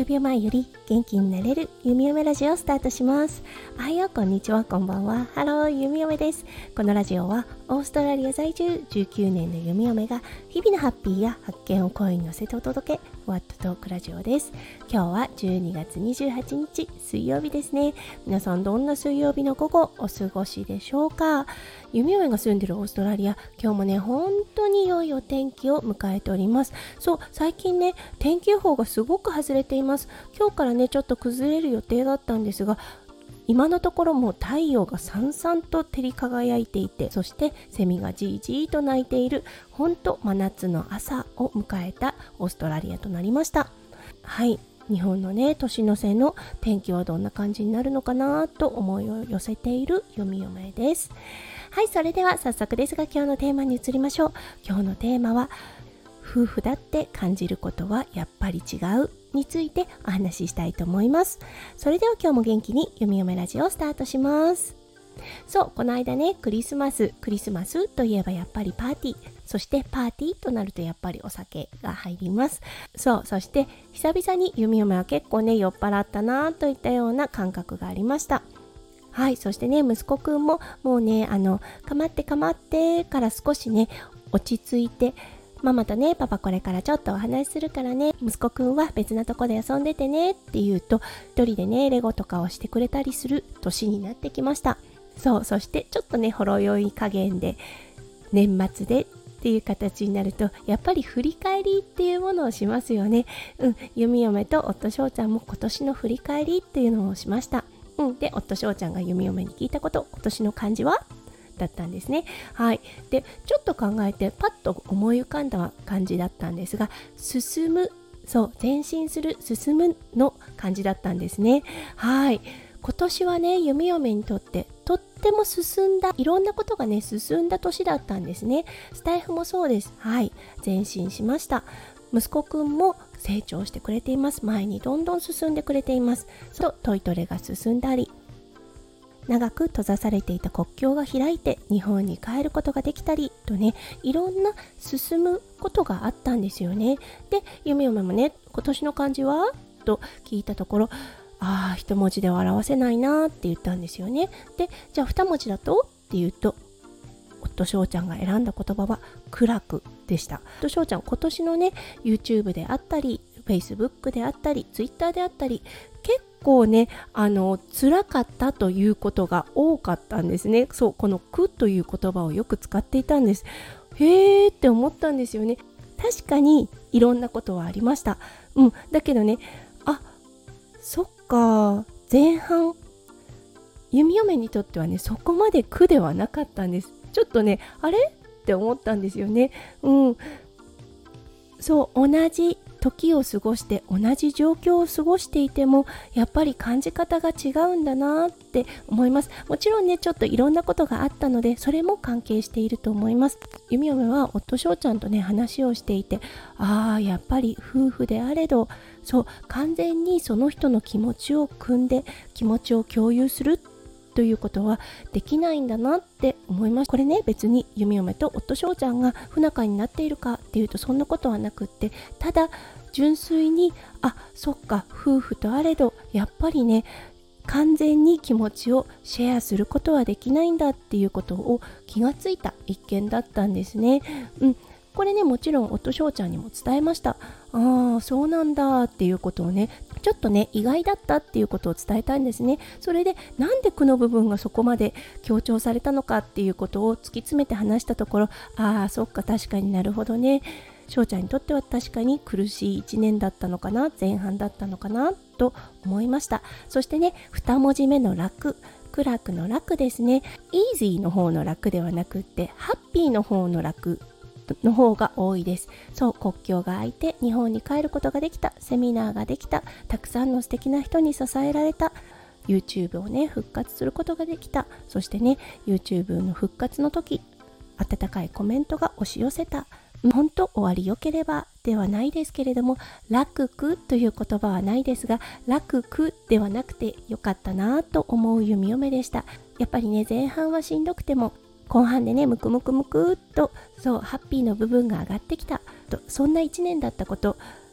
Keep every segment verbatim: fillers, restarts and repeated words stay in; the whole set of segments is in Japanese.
びょうまえより元気になれるゆみおめラジオをスタートします。おはよう、こんにちは、こんばんは。ハロー、ゆみおめです。このラジオはオーストラリア在住じゅうきゅうねんのゆみおめが日々のハッピーや発見を声に乗せてお届け、ふわっとトークラジオです。今日はじゅうにがつにじゅうはちにち水曜日ですね。皆さんどんな水曜日の午後お過ごしでしょうか。ゆみおめが住んでるオーストラリア、今日もね本当に良いお天気を迎えております。そう、最近ね天気予報がすごく外れています。今日からねちょっと崩れる予定だったんですが、今のところもう太陽がさんさんと照り輝いていて、そしてセミがじーじーと鳴いている、本当真夏の朝を迎えたオーストラリアとなりました。はい、日本のね年の瀬の天気はどんな感じになるのかなと思いを寄せているゆみおめです。はい、それでは早速ですが今日のテーマに移りましょう。今日のテーマは夫婦だって感じることはやっぱり違うについてお話ししたいと思います。それでは今日も元気にゆみおめラジオをスタートします。そう、この間ねクリスマスクリスマスといえばやっぱりパーティー、そしてパーティーとなるとやっぱりお酒が入ります。そう、そして久々にゆみおめは結構ね酔っ払ったなといったような感覚がありました。はい、そしてね息子くんももうねあのかまってかまってから少しね落ち着いて、ママとねパパこれからちょっとお話しするからね、息子くんは別なとこで遊んでてねって言うと、一人でねレゴとかをしてくれたりする年になってきました。そう、そしてちょっとねほろ酔い加減で年末でっていう形になると、やっぱり振り返りっていうものをしますよね。うん、ゆみおめと夫翔ちゃんも今年の振り返りっていうのをしました。うん、で夫翔ちゃんがゆみおめに聞いたこと、今年の漢字はだったんですね。はい。で、ちょっと考えてパッと思い浮かんだ感じだったんですが、進む、そう、前進する、進むの漢字だったんですね。はい。今年はね、ゆみおめにとってとっても進んだ、いろんなことがね、進んだ年だったんですね。スタイフもそうです。はい。前進しました。息子くんも成長してくれています。前にどんどん進んでくれています。そう、トイトレが進んだり、長く閉ざされていた国境が開いて日本に帰ることができたりとね、いろんな進むことがあったんですよね。で、ゆみおめもね、今年の漢字はと聞いたところ、ああ、一文字では表せないなって言ったんですよね。で、じゃあ二文字だとって言うと、夫翔ちゃんが選んだ言葉は暗くでした。夫翔ちゃん今年のね YouTube であったり Facebook であったり Twitter であったり、結構ねあの辛かったということが多かったんですね。そう、この苦という言葉をよく使っていたんです。へーって思ったんですよね。確かにいろんなことはありました。うん、だけどね、あ、そっか、前半ゆみおめにとってはねそこまで苦ではなかったんです。ちょっとねあれって思ったんですよね。うん、そう同じ時を過ごして同じ状況を過ごしていてもやっぱり感じ方が違うんだなって思います。もちろんねちょっといろんなことがあったのでそれも関係していると思います。ゆみおめは夫翔ちゃんとね話をしていて、ああやっぱり夫婦であれど、そう完全にその人の気持ちを汲んで気持ちを共有するということはできないんだなって思います。これね別にゆみおめと夫翔ちゃんが不仲になっているかっていうとそんなことはなくって、ただ純粋にあそっか夫婦とあれどやっぱりね完全に気持ちをシェアすることはできないんだっていうことを気がついた一件だったんですね。うん、これねもちろん夫翔ちゃんにも伝えました。ああそうなんだっていうことをね、ちょっとね意外だったっていうことを伝えたんですね。それでなんで苦の部分がそこまで強調されたのかっていうことを突き詰めて話したところ、ああそっか確かになるほどね、翔ちゃんにとっては確かに苦しいいちねんだったのかな、前半だったのかなと思いました。そしてねに文字目の楽、苦楽の楽ですね。イージーの方の楽ではなくってハッピーの方の楽の方が多いです。そう、国境が開いて日本に帰ることができた、セミナーができた、たくさんの素敵な人に支えられた、 YouTube をね復活することができた、そしてね YouTube の復活の時温かいコメントが押し寄せた。本当終わりよければではないですけれども、楽苦という言葉はないですが、楽苦ではなくてよかったなと思うゆみおめでした。やっぱりね前半はしんどくても後半でねムクムクムクっとそうハッピーの部分が上がってきたと、そんないちねんだったこと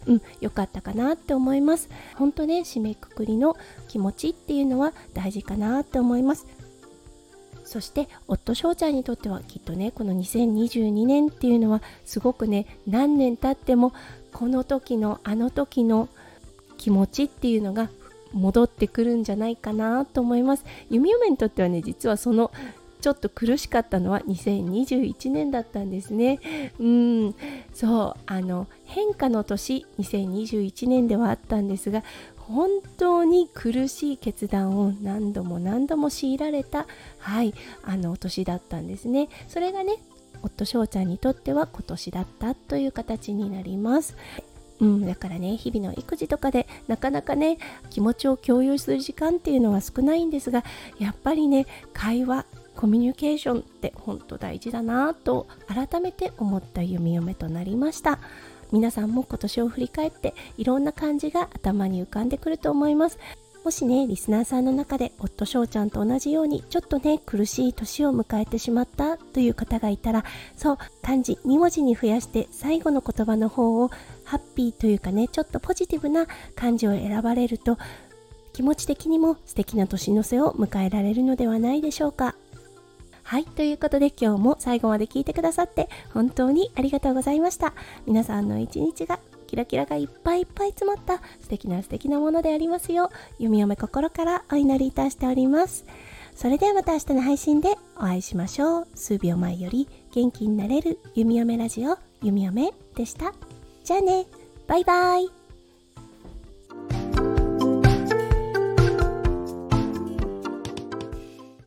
うん、良かったかなって思います。本当ね、締めくくりの気持ちっていうのは大事かなって思います。そして夫翔ちゃんにとってはきっとね、このにせんにじゅうにねんっていうのはすごくね、何年経ってもこの時のあの時の気持ちっていうのが戻ってくるんじゃないかなと思います。弓嫁にとってはね、実はそのちょっと苦しかったのはにせんにじゅういちねんだったんですね。うんそうあの変化の年にせんにじゅういちねんではあったんですが、本当に苦しい決断を何度も何度も強いられた、はい、あの年だったんですね。それがね、夫翔ちゃんにとっては今年だったという形になります。うん、だからね、日々の育児とかでなかなかね、気持ちを共有する時間っていうのは少ないんですが、やっぱりね、会話コミュニケーションって本当大事だなと改めて思った弓嫁となりました。皆さんも今年を振り返っていろんな感じが頭に浮かんでくると思います。もしね、リスナーさんの中で夫翔ちゃんと同じようにちょっとね、苦しい年を迎えてしまったという方がいたら、そう漢字に文字に増やして最後の言葉の方をハッピーというかね、ちょっとポジティブな漢字を選ばれると気持ち的にも素敵な年の瀬を迎えられるのではないでしょうか。はい、ということで今日も最後まで聞いてくださって本当にありがとうございました。皆さんの一日がキラキラがいっぱいいっぱい詰まった素敵な素敵なものでありますよう、弓嫁心からお祈りいたしております。それではまた明日の配信でお会いしましょう。数秒前より元気になれる弓嫁ラジオ、弓嫁でした。じゃあね、バイバイ。